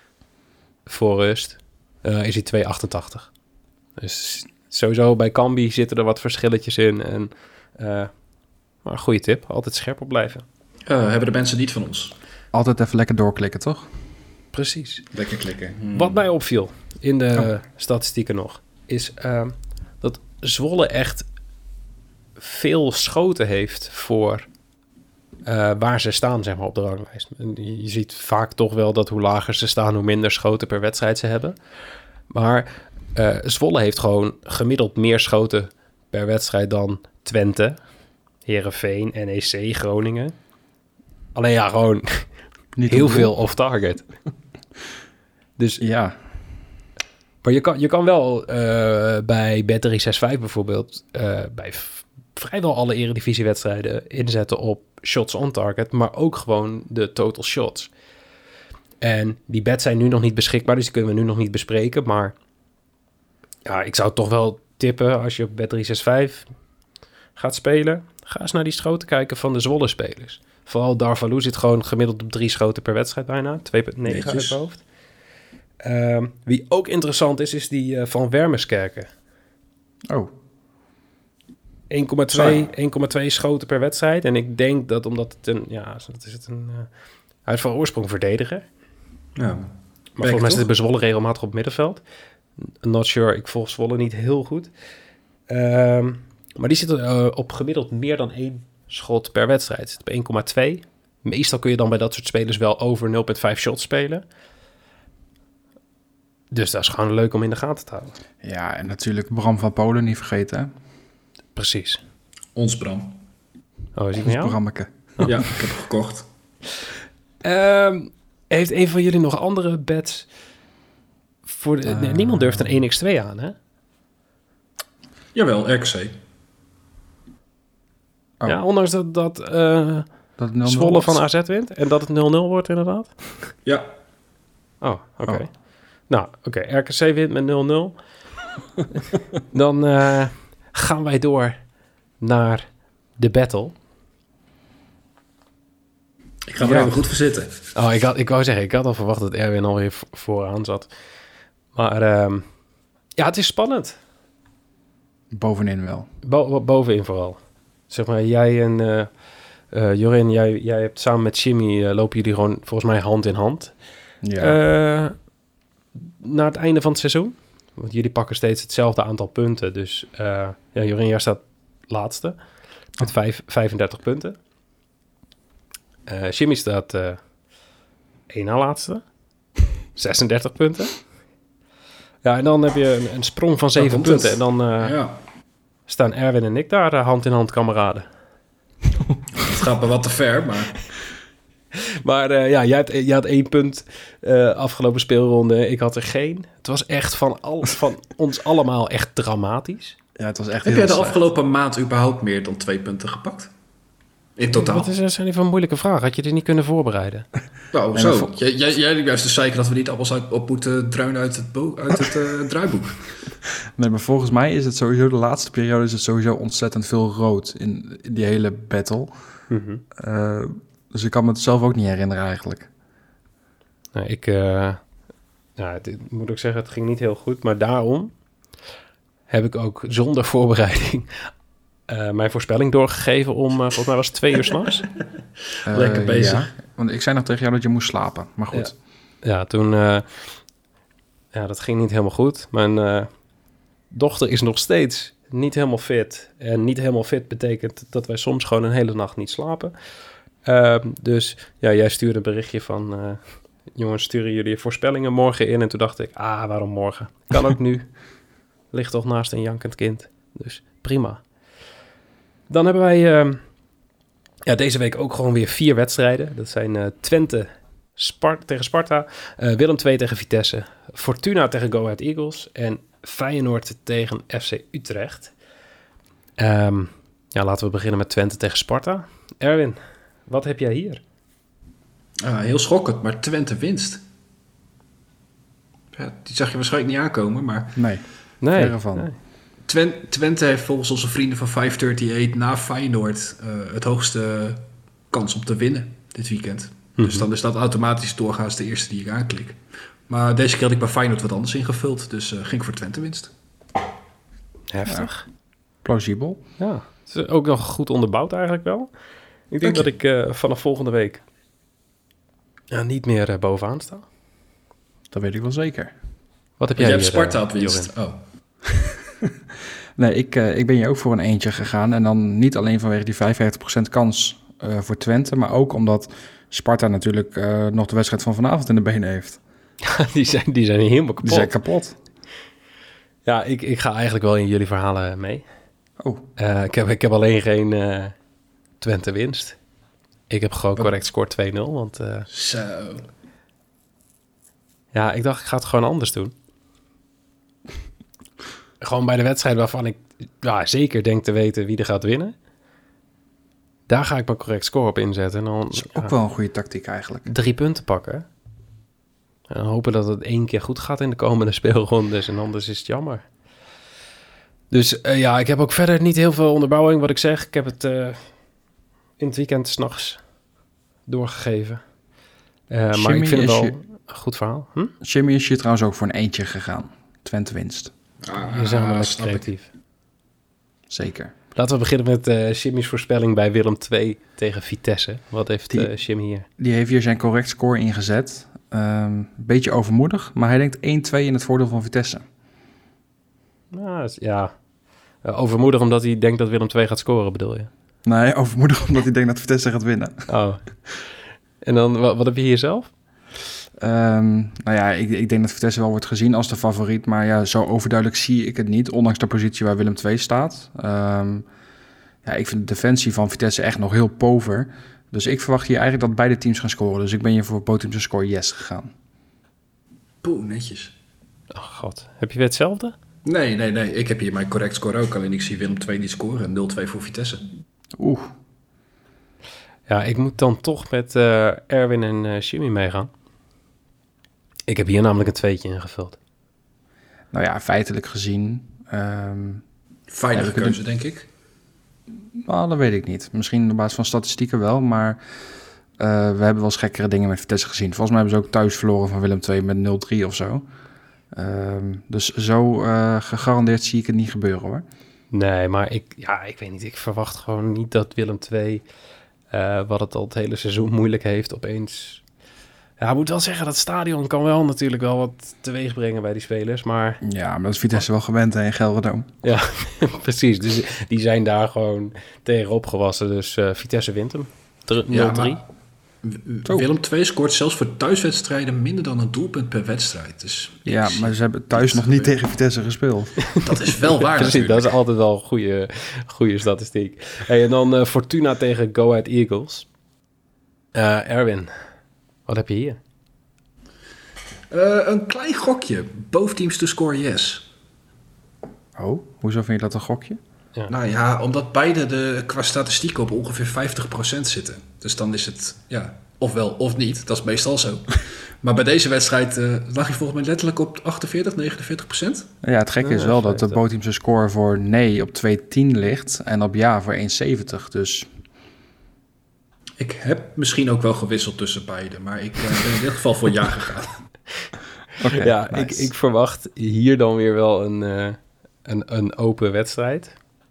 voor rust, is hij 2,88. Dus sowieso bij Kambi zitten er wat verschilletjes in. En, maar een goede tip, altijd scherp op blijven. Hebben de mensen niet van ons. Altijd even lekker doorklikken, toch? Precies. Lekker klikken. Wat mij opviel in de statistieken nog, is dat Zwolle echt veel schoten heeft voor waar ze staan, zeg maar, op de ranglijst. Je ziet vaak toch wel dat hoe lager ze staan, hoe minder schoten per wedstrijd ze hebben. Maar Zwolle heeft gewoon gemiddeld meer schoten per wedstrijd dan Twente, Heerenveen, NEC, Groningen. Alleen ja, gewoon niet heel veel off-target. Dus ja. Maar je kan wel bij Bet365 bijvoorbeeld bij vrijwel alle eredivisiewedstrijden inzetten op shots on target, maar ook gewoon de total shots. En die bets zijn nu nog niet beschikbaar, dus die kunnen we nu nog niet bespreken. Maar ja, ik zou toch wel tippen als je op Bet365 gaat spelen. Ga eens naar die schoten kijken van de Zwolle spelers. Vooral Darvalu zit gewoon gemiddeld op 3 schoten per wedstrijd bijna. 2,9 uit mijn hoofd. Wie ook interessant is die van Wermerskerken. Oh. 1,2 schoten per wedstrijd. En ik denk dat omdat het hij is van oorsprong verdediger. Ja. Maar volgens mij zit het bij Zwolle regelmatig op het middenveld. Not sure, ik volg Zwolle niet heel goed. Maar die zit op gemiddeld meer dan 1 schot per wedstrijd. Zit op 1,2. Meestal kun je dan bij dat soort spelers wel over 0,5 shots spelen. Dus dat is gewoon leuk om in de gaten te houden. Ja, en natuurlijk Bram van Polen niet vergeten, hè? Precies. Ons Bram. Oh, is die van Ons jou? Brammeke. Ja, ik heb hem gekocht. Heeft een van jullie nog andere bets? Niemand durft een 1x2 aan, hè? Jawel, RKC. Oh. Ja, ondanks dat Dat het 0-0 Zwolle was. van AZ wint en dat het 0-0 wordt inderdaad. Ja, Oh, oké. Oh. Nou, oké. RKC wint met 0-0. Dan gaan wij door naar de battle. ik ga er even goed voor zitten. Oh, ik wou zeggen, ik had al verwacht dat Erwin alweer vooraan zat. Maar ja, het is spannend. Bovenin wel. Bovenin vooral. Zeg maar, jij en Jorin, jij hebt samen met Jimmy lopen jullie gewoon volgens mij hand in hand. Ja. Na het einde van het seizoen. Want jullie pakken steeds hetzelfde aantal punten. Dus ja, Jorin, jij staat laatste. Met 35 punten. Jimmy staat 1 na laatste. 36 punten. Ja, en dan heb je een sprong van 7 komt punten. het. En dan Ja, staan Erwin en ik daar hand in hand kameraden. het gaat me wat te ver, maar... Maar ja, jij had 1 punt afgelopen speelronde. Ik had er geen. Het was echt van ons allemaal echt dramatisch. Ja, het was echt Heb heel jij de slecht. afgelopen maand überhaupt meer dan 2 punten gepakt? In totaal? Dat zijn even een moeilijke vraag. Had je dit niet kunnen voorbereiden? Nou, Nee, zo. maar Jij liep juist te zeiken dat we niet appels op moeten druinen uit het draaiboek. Nee, maar volgens mij is het sowieso de laatste periode is het sowieso ontzettend veel rood in die hele battle. Dus ik kan me het zelf ook niet herinneren eigenlijk. Nou, dit moet ik zeggen, het ging niet heel goed. Maar daarom heb ik ook zonder voorbereiding mijn voorspelling doorgegeven om, volgens mij was het 2 uur 's nachts. Lekker bezig. Ja, want ik zei nog tegen jou dat je moest slapen. Maar goed. Ja, toen... ja, dat ging niet helemaal goed. Mijn dochter is nog steeds niet helemaal fit. En niet helemaal fit betekent dat wij soms gewoon een hele nacht niet slapen. Dus ja, jij stuurde een berichtje van... jongens, sturen jullie je voorspellingen morgen in? En toen dacht ik, waarom morgen? Kan ook nu. Ligt toch naast een jankend kind. Dus prima. Dan hebben wij deze week ook gewoon weer 4 wedstrijden. Dat zijn Twente tegen Sparta, Willem II tegen Vitesse, Fortuna tegen Go Ahead Eagles en Feyenoord tegen FC Utrecht. Ja, laten we beginnen met Twente tegen Sparta. Erwin, wat heb jij hier? Heel schokkend, maar Twente winst. Ja, die zag je waarschijnlijk niet aankomen, maar... Nee, Nee, verre van. nee. Twente heeft volgens onze vrienden van 538 na Feyenoord het hoogste kans om te winnen dit weekend. Dus dan is dat automatisch doorgaans de eerste die ik aanklik. Maar deze keer had ik bij Feyenoord wat anders ingevuld, dus ging ik voor Twente winst. Heftig. Plausibel. Ja, het is ook nog goed onderbouwd eigenlijk wel. Ik denk dat ik vanaf volgende week niet meer bovenaan sta. Dat weet ik wel zeker. Wat heb Je jij hebt hier, Sparta op Jorin? winst. Oh. Nee, ik ben hier ook voor een eentje gegaan. En dan niet alleen vanwege die 55% kans voor Twente, maar ook omdat Sparta natuurlijk nog de wedstrijd van vanavond in de benen heeft. die zijn helemaal kapot. Die zijn kapot. Ja, ik ga eigenlijk wel in jullie verhalen mee. Oh, Ik heb alleen geen Twente winst. Ik heb gewoon correct score 2-0, want Zo. ja, ik dacht ik ga het gewoon anders doen. Gewoon bij de wedstrijd waarvan ik zeker denk te weten wie er gaat winnen. Daar ga ik mijn correct score op inzetten. En dan dat is ook wel een goede tactiek eigenlijk. 3 punten pakken. En hopen dat het 1 keer goed gaat in de komende speelrondes. En anders is het jammer. Dus ik heb ook verder niet heel veel onderbouwing wat ik zeg. Ik heb het in het weekend 's nachts doorgegeven. Maar ik vind het wel een goed verhaal. Jimmy is hier trouwens ook voor een eentje gegaan. Twente winst. Je zijn wel lekker creatief. Zeker. Laten we beginnen met Jimmy's voorspelling bij Willem II tegen Vitesse. Wat heeft Jimmy hier? Die heeft hier zijn correct score ingezet. Beetje overmoedig, maar hij denkt 1-2 in het voordeel van Vitesse. Overmoedig omdat hij denkt dat Willem II gaat scoren, bedoel je? Nee, overmoedig omdat hij denkt dat Vitesse gaat winnen. Oh. En dan, wat heb je hier zelf? Ik denk dat Vitesse wel wordt gezien als de favoriet. Maar ja, zo overduidelijk zie ik het niet. Ondanks de positie waar Willem II staat. Ik vind de defensie van Vitesse echt nog heel pover. Dus ik verwacht hier eigenlijk dat beide teams gaan scoren. Dus ik ben hier voor Botimse score yes gegaan. Poeh, netjes. Oh god, heb je weer hetzelfde? Nee. Ik heb hier mijn correct score ook. Alleen ik zie Willem II niet scoren. 0-2 voor Vitesse. Oeh. Ja, ik moet dan toch met Erwin en Jimmy meegaan. Ik heb hier namelijk een 2'tje ingevuld. Nou ja, feitelijk gezien... Veilige keuze, denk ik. Nou, dat weet ik niet. Misschien op basis van statistieken wel, maar... we hebben wel eens gekkere dingen met Vitesse gezien. Volgens mij hebben ze ook thuis verloren van Willem II met 0-3 of zo. Dus zo gegarandeerd zie ik het niet gebeuren, hoor. Nee, maar ik weet niet. Ik verwacht gewoon niet dat Willem II... wat het al het hele seizoen moeilijk heeft, opeens... Ja, ik moet wel zeggen, dat stadion kan wel natuurlijk wel wat teweeg brengen bij die spelers, maar... Ja, maar dat is Vitesse wel gewend in Gelredome. Ja, precies. Dus die zijn daar gewoon tegenop gewassen. Dus Vitesse wint hem. 0-3. Willem II scoort zelfs voor thuiswedstrijden minder dan een doelpunt per wedstrijd. Dus ja, maar ze hebben thuis nog niet tegen Vitesse gespeeld. Dat is wel waar. Precies, dat is altijd wel een goede statistiek. Hey, en dan Fortuna tegen Go Ahead Eagles. Erwin, wat heb je hier? Een klein gokje. Both teams to score yes. Oh, hoezo vind je dat een gokje? Ja. Nou ja, omdat beide qua statistieken op ongeveer 50% zitten. Dus dan is het, ofwel of niet. Dat is meestal zo. Maar bij deze wedstrijd lag je volgens mij letterlijk op 49%. Ja, het gekke is wel dat de bootteamse score voor nee op 2,10 ligt en op ja voor 1,70. Dus... Ik heb misschien ook wel gewisseld tussen beide, maar ik ben in dit geval voor ja gegaan. Okay, nice. ik verwacht hier dan weer wel een open wedstrijd.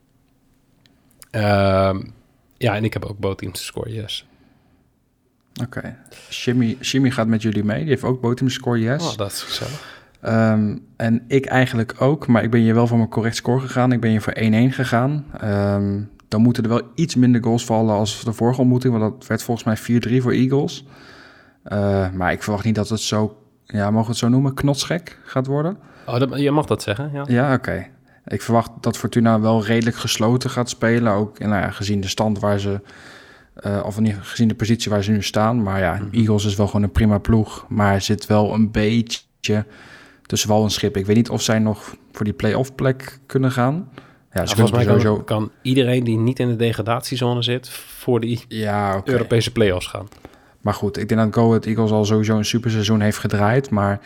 En ik heb ook bootteams te score, yes. Oké. Jimmy gaat met jullie mee. Die heeft ook bootteams te score, yes. Oh, dat is gezellig. En ik eigenlijk ook, maar ik ben hier wel voor mijn correct score gegaan. Ik ben hier voor 1-1 gegaan. Dan moeten er wel iets minder goals vallen als de vorige ontmoeting, want dat werd volgens mij 4-3 voor Eagles. Maar ik verwacht niet dat het zo, mogen we het zo noemen, knotsgek gaat worden. Oh, je mag dat zeggen, ja. Ja, oké. Ik verwacht dat Fortuna wel redelijk gesloten gaat spelen. Ook gezien de stand waar ze... of niet gezien de positie waar ze nu staan. Maar ja, Eagles is wel gewoon een prima ploeg. Maar zit wel een beetje tussen wal en schip. Ik weet niet of zij nog voor die play-off plek kunnen gaan. Ja, volgens mij sowieso... kan iedereen die niet in de degradatiezone zit... voor die Europese play-offs gaan. Maar goed, ik denk dat Go Ahead Eagles al sowieso een superseizoen heeft gedraaid. Maar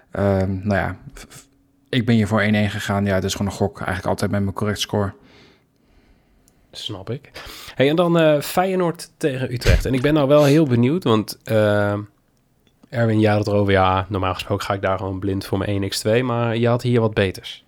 ik ben hier voor 1-1 gegaan. Ja, het is gewoon een gok. Eigenlijk altijd met mijn correct score. Snap ik. Hey, en dan Feyenoord tegen Utrecht. En ik ben nou wel heel benieuwd, want Erwin, jij had het erover. Ja, normaal gesproken ga ik daar gewoon blind voor mijn 1x2. Maar je had hier wat beters.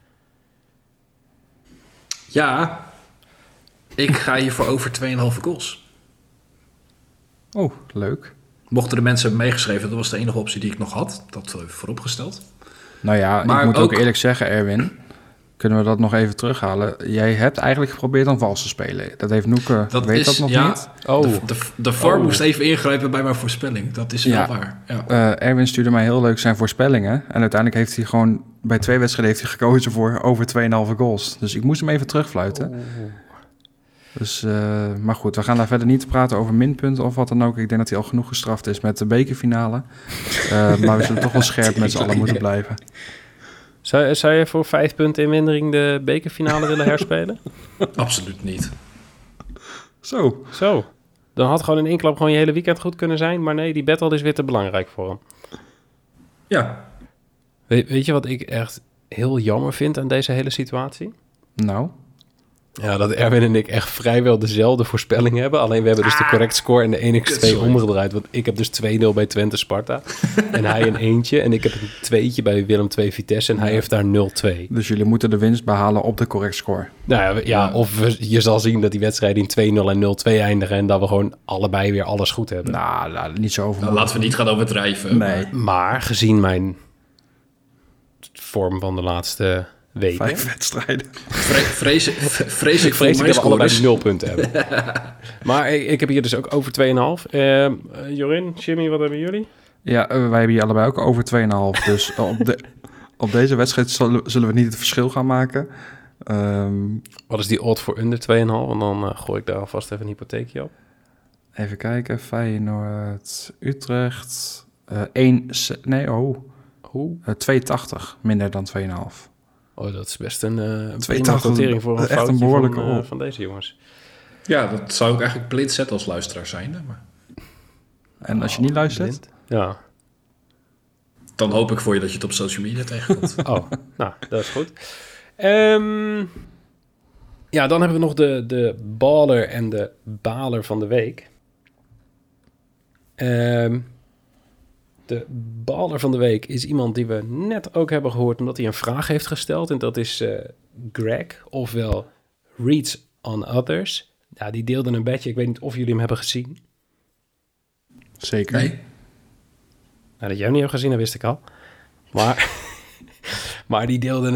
Ja, ik ga hier voor over 2,5 goals. Oh, leuk. Mochten de mensen hebben meegeschreven, dat was de enige optie die ik nog had. Dat vooropgesteld. Nou ja, maar ik moet ook eerlijk zeggen, Erwin, kunnen we dat nog even terughalen? Jij hebt eigenlijk geprobeerd om vals te spelen. Dat heeft Noeke, dat nog niet? Oh. De VAR moest even ingrijpen bij mijn voorspelling. Dat is wel waar. Ja. Erwin stuurde mij heel leuk zijn voorspellingen. En uiteindelijk heeft hij gewoon bij 2 wedstrijden gekozen voor over 2,5 goals. Dus ik moest hem even terugfluiten. Oh. Dus, maar goed, we gaan daar verder niet praten over minpunten of wat dan ook. Ik denk dat hij al genoeg gestraft is met de bekerfinale. Maar we zullen toch wel scherp met z'n allen moeten blijven. Zou je voor 5 punten in mindering de bekerfinale willen herspelen? Absoluut niet. Zo. Dan had gewoon in één klap gewoon je hele weekend goed kunnen zijn. Maar nee, die battle is weer te belangrijk voor hem. Ja. Weet je wat ik echt heel jammer vind aan deze hele situatie? Nou, Ja, dat Erwin en ik echt vrijwel dezelfde voorspelling hebben. Alleen we hebben dus de correct score en de 1x2 sorry. omgedraaid. Want ik heb dus 2-0 bij Twente Sparta. En hij een eentje. En ik heb een tweetje bij Willem II Vitesse. En hij heeft daar 0-2. dus jullie moeten de winst behalen op de correct score. Nou ja, of je zal zien dat die wedstrijden in 2-0 en 0-2 eindigen. En dat we gewoon allebei weer alles goed hebben. Nou, niet zo over. Nou, laten we niet gaan overdrijven. Nee, Maar gezien mijn vorm van de laatste weken... 5 wedstrijden. Vrees ik Ik voor vrees mijn dat we allebei scores. 0 punten hebben. Maar ik heb hier dus ook over 2,5. Jorin, Jimmy, wat hebben jullie? Ja, wij hebben hier allebei ook over 2,5. Dus op deze wedstrijd zullen we niet het verschil gaan maken. Wat is die odd voor onder 2,5? En dan gooi ik daar alvast even een hypotheekje op. Even kijken. Feyenoord, Utrecht. 2,80. Minder dan 2,5. Oh, dat is best een 2,80 notering voor een echt een foutje behoorlijke van, odd. van deze jongens. Ja, dat zou ik eigenlijk blind zetten als luisteraar zijn. Maar En als je niet luistert... Blind? Ja. dan hoop ik voor je dat je het op social media tegenkomt. Oh, nou, dat is goed. Ja, dan hebben we nog de baller en de baler van de week. De baler van de week is iemand die we net ook hebben gehoord... omdat hij een vraag heeft gesteld. En dat is Greg, ofwel Reads on Others. Ja, die deelde een bedje. Ik weet niet of jullie hem hebben gezien. Zeker. Nee? Nou, dat jij hem niet hebt gezien, dat wist ik al. Maar, maar die deelde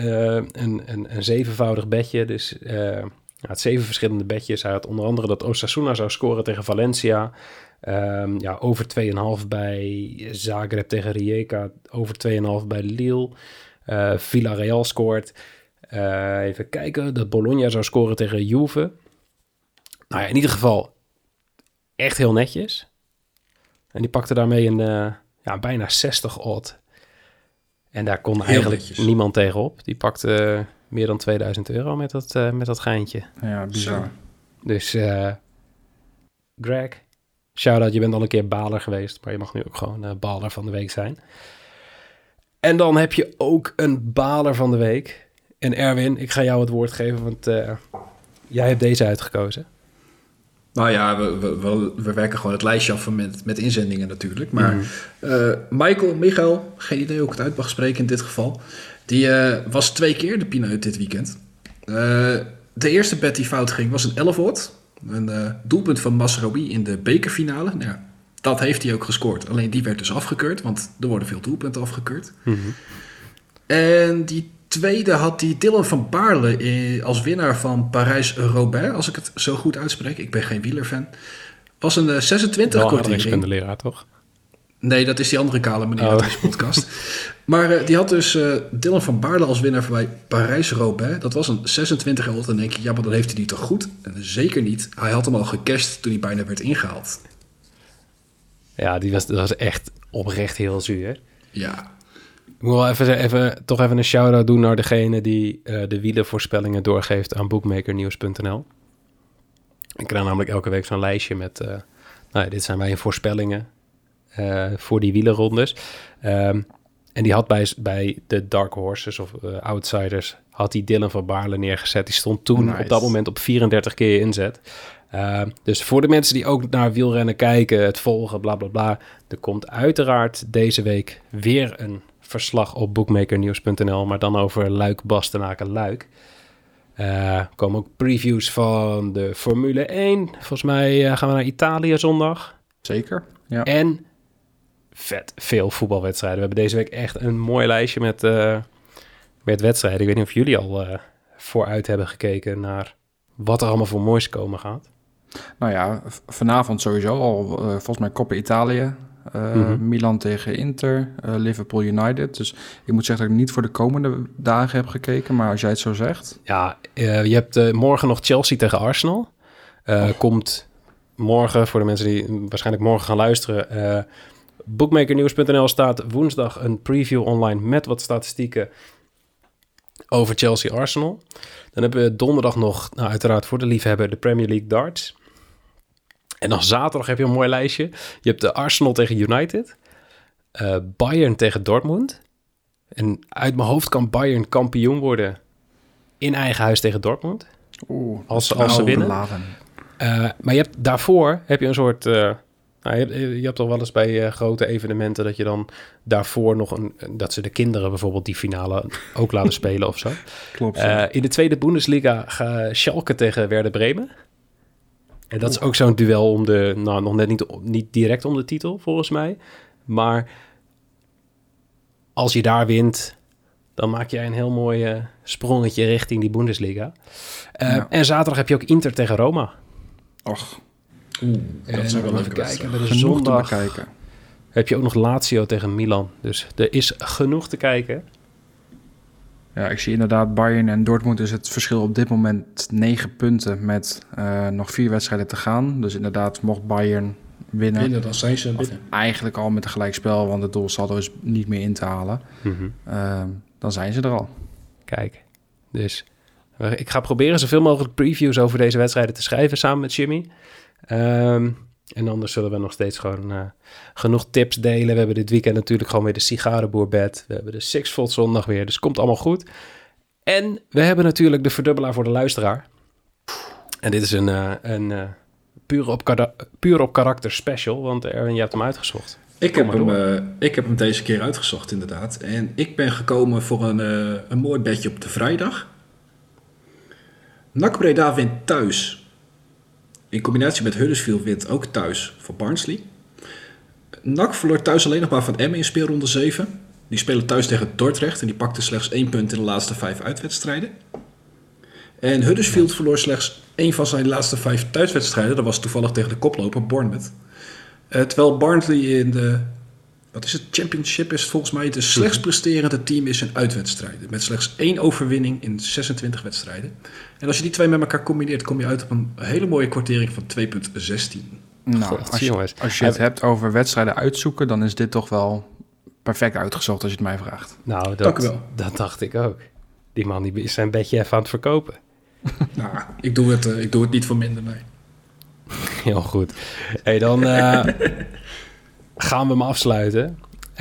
een zevenvoudig bedje. Dus het 7 verschillende bedjes. Hij had onder andere dat Osasuna zou scoren tegen Valencia. Over 2,5 bij Zagreb tegen Rijeka. Over 2,5 bij Lille. Villarreal scoort. Even kijken. Dat Bologna zou scoren tegen Juve. Nou ja, in ieder geval echt heel netjes. En die pakte daarmee een bijna 60 odd. En daar kon eigenlijk niemand tegenop. Die pakte meer dan €2000 met dat geintje. Ja, bizar. Zo. Dus Greg, shout-out, je bent al een keer baler geweest. Maar je mag nu ook gewoon baler van de week zijn. En dan heb je ook een baler van de week. En Erwin, ik ga jou het woord geven, want jij hebt deze uitgekozen. Nou ja, we werken gewoon het lijstje af met inzendingen natuurlijk. Maar Michael, geen idee hoe ik het uit mag spreken in dit geval. Die was 2 keer de pineut dit weekend. De eerste bet die fout ging was een 11 odd. Een doelpunt van Masraoui in de bekerfinale. Nou ja, dat heeft hij ook gescoord. Alleen die werd dus afgekeurd, want er worden veel doelpunten afgekeurd. Mm-hmm. En die tweede had die Dylan van Baarle als winnaar van Parijs-Roubaix, als ik het zo goed uitspreek. Ik ben geen wielerfan. Was een 26 kortering. De leraar, toch? Nee, dat is die andere kale meneer uit deze podcast. Maar die had dus Dylan van Baarle als winnaar bij Parijs-Roubaix. Dat was een 26 odd. Dan denk je, ja, maar dan heeft hij die toch goed? En zeker niet. Hij had hem al gecashed toen hij bijna werd ingehaald. Ja, dat was echt oprecht heel zuur. Ja. Ik moet wel even een shout-out doen naar degene die de wielenvoorspellingen doorgeeft aan bookmakernieuws.nl. Ik krijg namelijk elke week zo'n lijstje met, dit zijn mijn voorspellingen voor die wielerrondes. En die had bij de Dark Horses of Outsiders, had die Dylan van Baarle neergezet. Die stond toen op dat moment op 34 keer je inzet. Dus voor de mensen die ook naar wielrennen kijken, het volgen, bla bla bla. Er komt uiteraard deze week weer een verslag op bookmakernieuws.nl, maar dan over Luik, Bastenaken, Luik. Komen ook previews van de Formule 1. Volgens mij gaan we naar Italië zondag. Zeker, ja. En vet veel voetbalwedstrijden. We hebben deze week echt een mooi lijstje met wedstrijden. Ik weet niet of jullie al vooruit hebben gekeken naar wat er allemaal voor moois komen gaat. Nou ja, vanavond sowieso al volgens mij Coppa Italië. Milan tegen Inter, Liverpool United. Dus ik moet zeggen dat ik niet voor de komende dagen heb gekeken. Maar als jij het zo zegt... Ja, je hebt morgen nog Chelsea tegen Arsenal. Komt morgen, voor de mensen die waarschijnlijk morgen gaan luisteren... Bookmakernieuws.nl staat woensdag een preview online met wat statistieken over Chelsea-Arsenal. Dan hebben we donderdag nog, uiteraard voor de liefhebber, de Premier League darts. En dan zaterdag heb je een mooi lijstje. Je hebt de Arsenal tegen United. Bayern tegen Dortmund. En uit mijn hoofd kan Bayern kampioen worden in eigen huis tegen Dortmund. Als ze winnen. Maar daarvoor heb je een soort... je hebt al wel eens bij grote evenementen dat je dan daarvoor nog dat ze de kinderen bijvoorbeeld die finale ook laten spelen of zo. Klopt. Ja. In de tweede Bundesliga gaat Schalke tegen Werder Bremen. En dat is ook zo'n duel om nog net niet direct om de titel volgens mij. Maar als je daar wint, dan maak jij een heel mooi sprongetje richting die Bundesliga. En zaterdag heb je ook Inter tegen Roma. Och. Dat zou wel even kijken. Bij de Genoeg zondag te bekijken. heb je ook nog Lazio tegen Milan. Dus er is genoeg te kijken. Ja, ik zie inderdaad Bayern en Dortmund is het verschil op dit moment 9 punten met nog 4 wedstrijden te gaan. Dus inderdaad, mocht Bayern winnen, dan zijn ze binnen. eigenlijk al met een gelijkspel, want het doelsaldo is niet meer in te halen. Dan zijn ze er al. Kijk, dus ik ga proberen zoveel mogelijk previews over deze wedstrijden te schrijven samen met Jimmy. En anders zullen we nog steeds gewoon genoeg tips delen. We hebben dit weekend natuurlijk gewoon weer de Sigarenboerbed. We hebben de Sixfold zondag weer, dus komt allemaal goed. En we hebben natuurlijk de verdubbelaar voor de luisteraar. En dit is een puur op karakter special, want Erwin, je hebt hem uitgezocht. Ik heb hem deze keer uitgezocht, inderdaad. En ik ben gekomen voor een mooi bedje op de vrijdag. NAC Breda wint thuis. In combinatie met Huddersfield wint ook thuis voor Barnsley. NAC verloor thuis alleen nog maar van Emmen in speelronde 7. Die spelen thuis tegen Dordrecht en die pakte slechts 1 punt in de laatste 5 uitwedstrijden. En Huddersfield verloor slechts 1 van zijn laatste 5 thuiswedstrijden. Dat was toevallig tegen de koploper Bournemouth. Terwijl Barnsley in de championship is volgens mij het slechtst presterende team is in uitwedstrijden. Met slechts 1 overwinning in 26 wedstrijden. En als je die twee met elkaar combineert, kom je uit op een hele mooie kwartering van 2,16. Nou, als je het hebt over wedstrijden uitzoeken, dan is dit toch wel perfect uitgezocht als je het mij vraagt. Nou, Dank u wel. Dat dacht ik ook. Die man die is zijn bedje even aan het verkopen. Nou, ik doe het niet voor minder, nee. Heel goed. Hey, dan gaan we hem afsluiten.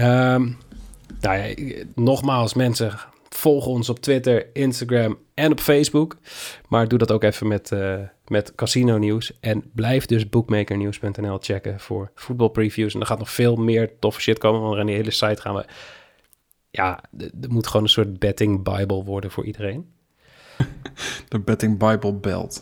Nogmaals, mensen, volg ons op Twitter, Instagram en op Facebook. Maar doe dat ook even met Casino Nieuws. En blijf dus bookmakernieuws.nl checken voor voetbalpreviews. En er gaat nog veel meer toffe shit komen. Want aan die hele site gaan we... Ja, er moet gewoon een soort betting bible worden voor iedereen. De betting bible belt.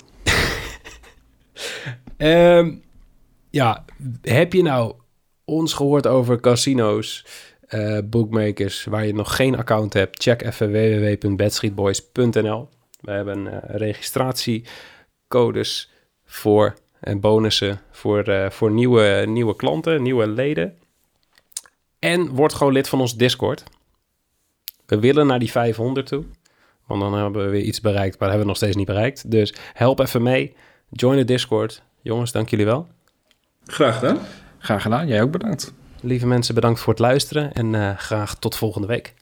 Heb je nou ons gehoord over casino's, bookmakers, waar je nog geen account hebt? Check even www.betstreetboys.nl. We hebben registratiecodes voor en bonussen voor nieuwe klanten, nieuwe leden. En word gewoon lid van ons Discord. We willen naar die 500 toe. Want dan hebben we weer iets bereikt, maar dat hebben we nog steeds niet bereikt. Dus help even mee. Join de Discord. Jongens, dank jullie wel. Graag gedaan. Graag gedaan. Jij ook bedankt. Lieve mensen, bedankt voor het luisteren. En graag tot volgende week.